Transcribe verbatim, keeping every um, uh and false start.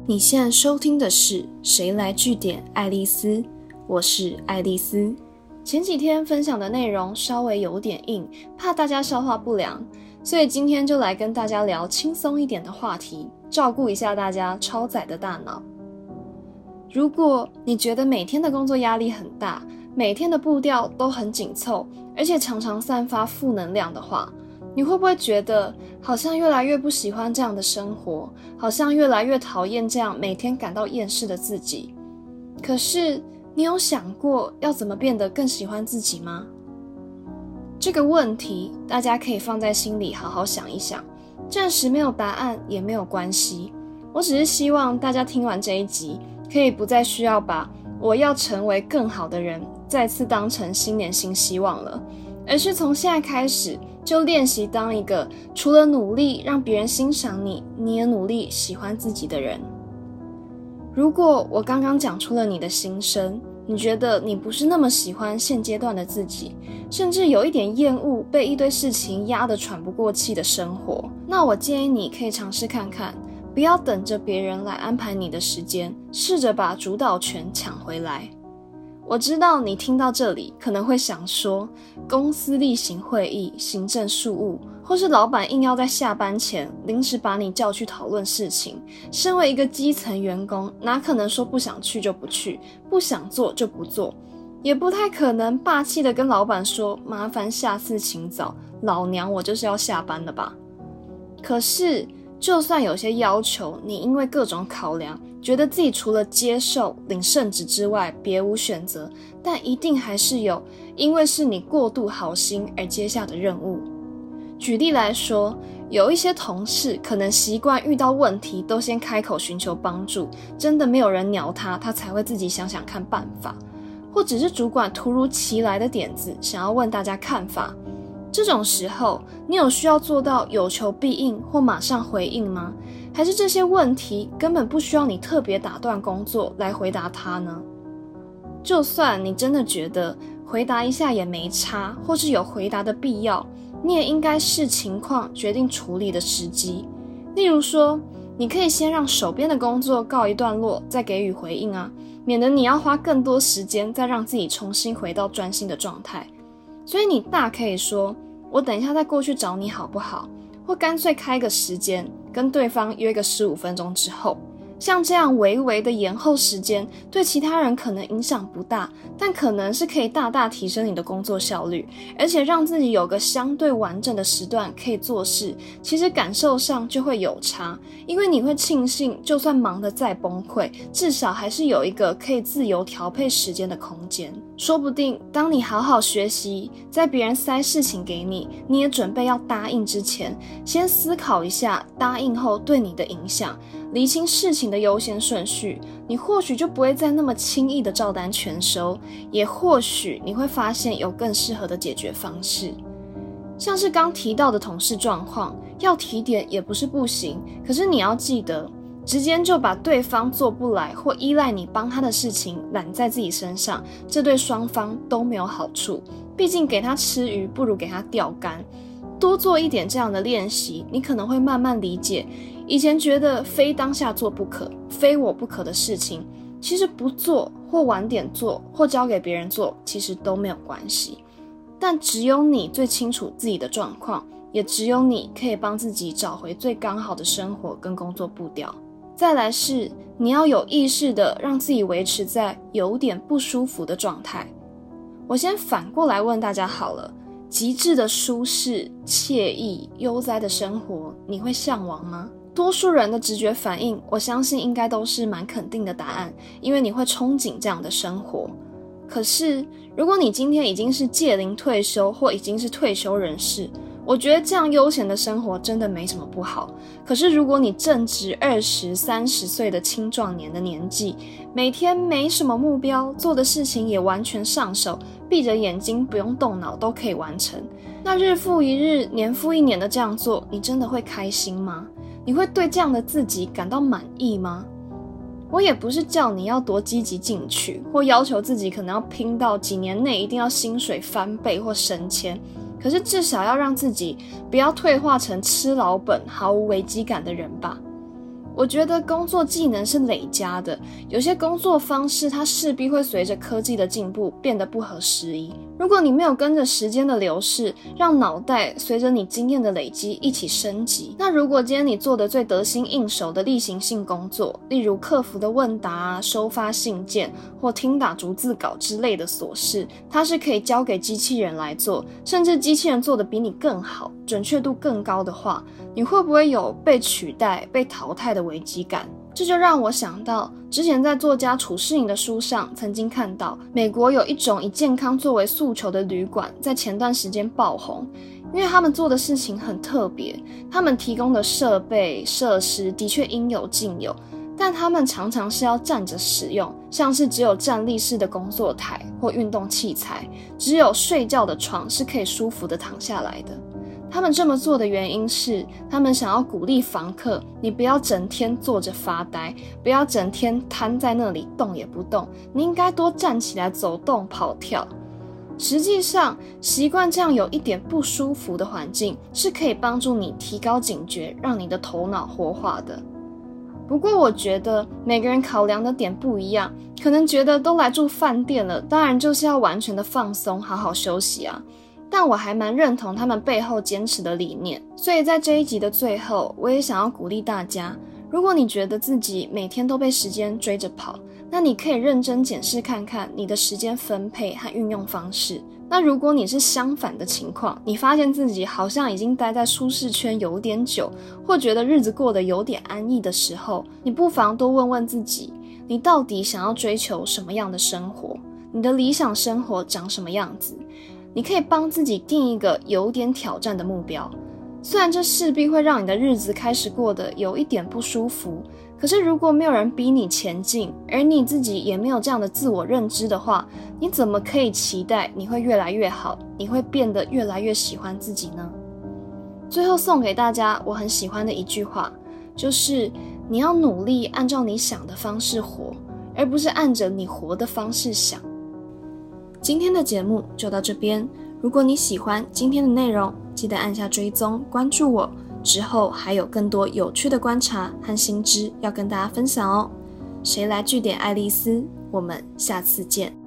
你现在收听的是谁来据点爱丽丝，我是爱丽丝。前几天分享的内容稍微有点硬，怕大家消化不良，所以今天就来跟大家聊轻松一点的话题，照顾一下大家超载的大脑。如果你觉得每天的工作压力很大，每天的步调都很紧凑，而且常常散发负能量的话，你会不会觉得好像越来越不喜欢这样的生活，好像越来越讨厌这样每天感到厌世的自己？可是你有想过要怎么变得更喜欢自己吗？这个问题大家可以放在心里好好想一想，暂时没有答案也没有关系。我只是希望大家听完这一集，可以不再需要把我要成为更好的人再次当成新年新希望了，而是从现在开始就练习当一个除了努力让别人欣赏你，你也努力喜欢自己的人。如果我刚刚讲出了你的心声，你觉得你不是那么喜欢现阶段的自己，甚至有一点厌恶被一堆事情压得喘不过气的生活，那我建议你可以尝试看看，不要等着别人来安排你的时间，试着把主导权抢回来。我知道你听到这里可能会想说，公司例行会议、行政事务，或是老板硬要在下班前临时把你叫去讨论事情，身为一个基层员工，哪可能说不想去就不去，不想做就不做，也不太可能霸气的跟老板说麻烦下次请早，老娘我就是要下班了吧。可是就算有些要求你因为各种考量觉得自己除了接受领圣旨之外别无选择，但一定还是有因为是你过度好心而接下的任务。举例来说，有一些同事可能习惯遇到问题都先开口寻求帮助，真的没有人鸟他，他才会自己想想看办法，或者是主管突如其来的点子想要问大家看法。这种时候，你有需要做到有求必应或马上回应吗？还是这些问题根本不需要你特别打断工作来回答它呢？就算你真的觉得回答一下也没差，或是有回答的必要，你也应该视情况决定处理的时机。例如说，你可以先让手边的工作告一段落，再给予回应啊，免得你要花更多时间再让自己重新回到专心的状态。所以你大可以说，我等一下再过去找你好不好？或干脆开个时间，跟对方约个十五分钟之后。像这样微微的延后时间，对其他人可能影响不大，但可能是可以大大提升你的工作效率，而且让自己有个相对完整的时段可以做事，其实感受上就会有差，因为你会庆幸就算忙得再崩溃，至少还是有一个可以自由调配时间的空间。说不定当你好好学习，在别人塞事情给你，你也准备要答应之前，先思考一下答应后对你的影响，厘清事情的优先顺序，你或许就不会再那么轻易的照单全收，也或许你会发现有更适合的解决方式。像是刚提到的同事状况，要提点也不是不行，可是你要记得，直接就把对方做不来或依赖你帮他的事情揽在自己身上，这对双方都没有好处。毕竟给他吃鱼不如给他钓竿，多做一点这样的练习，你可能会慢慢理解，以前觉得非当下做不可，非我不可的事情，其实不做或晚点做或交给别人做，其实都没有关系。但只有你最清楚自己的状况，也只有你可以帮自己找回最刚好的生活跟工作步调。再来是，你要有意识的让自己维持在有点不舒服的状态。我先反过来问大家好了，极致的舒适、惬意、悠哉的生活，你会向往吗？多数人的直觉反应，我相信应该都是蛮肯定的答案，因为你会憧憬这样的生活。可是，如果你今天已经是届龄退休或已经是退休人士，我觉得这样悠闲的生活真的没什么不好。可是如果你正值二十、三十岁的青壮年的年纪，每天没什么目标，做的事情也完全上手，闭着眼睛不用动脑都可以完成，那日复一日、年复一年的这样做，你真的会开心吗？你会对这样的自己感到满意吗？我也不是叫你要多积极进取，或要求自己可能要拼到几年内一定要薪水翻倍或升迁，可是至少要让自己不要退化成吃老本毫无危机感的人吧。 我觉得工作技能是累加的，有些工作方式它势必会随着科技的进步变得不合时宜。如果你没有跟着时间的流逝，让脑袋随着你经验的累积一起升级，那如果今天你做的最得心应手的例行性工作，例如客服的问答、收发信件或听打逐字稿之类的琐事，它是可以交给机器人来做，甚至机器人做的比你更好，准确度更高的话，你会不会有被取代、被淘汰的危机感？这就让我想到，之前在作家楚世颖的书上曾经看到，美国有一种以健康作为诉求的旅馆，在前段时间爆红，因为他们做的事情很特别，他们提供的设备、设施的确应有尽有，但他们常常是要站着使用，像是只有站立式的工作台或运动器材，只有睡觉的床是可以舒服的躺下来的。他们这么做的原因是，他们想要鼓励房客，你不要整天坐着发呆，不要整天瘫在那里动也不动，你应该多站起来走动跑跳。实际上，习惯这样有一点不舒服的环境，是可以帮助你提高警觉，让你的头脑活化的。不过我觉得每个人考量的点不一样，可能觉得都来住饭店了，当然就是要完全的放松，好好休息啊。但我还蛮认同他们背后坚持的理念，所以在这一集的最后，我也想要鼓励大家，如果你觉得自己每天都被时间追着跑，那你可以认真检视看看你的时间分配和运用方式。那如果你是相反的情况，你发现自己好像已经待在舒适圈有点久，或觉得日子过得有点安逸的时候，你不妨多问问自己，你到底想要追求什么样的生活？你的理想生活长什么样子？你可以帮自己定一个有点挑战的目标，虽然这势必会让你的日子开始过得有一点不舒服，可是如果没有人逼你前进，而你自己也没有这样的自我认知的话，你怎么可以期待你会越来越好，你会变得越来越喜欢自己呢？最后送给大家我很喜欢的一句话，就是你要努力按照你想的方式活，而不是按着你活的方式想。今天的节目就到这边，如果你喜欢今天的内容，记得按下追踪关注我，之后还有更多有趣的观察和新知要跟大家分享哦。谁来据点爱丽丝，我们下次见。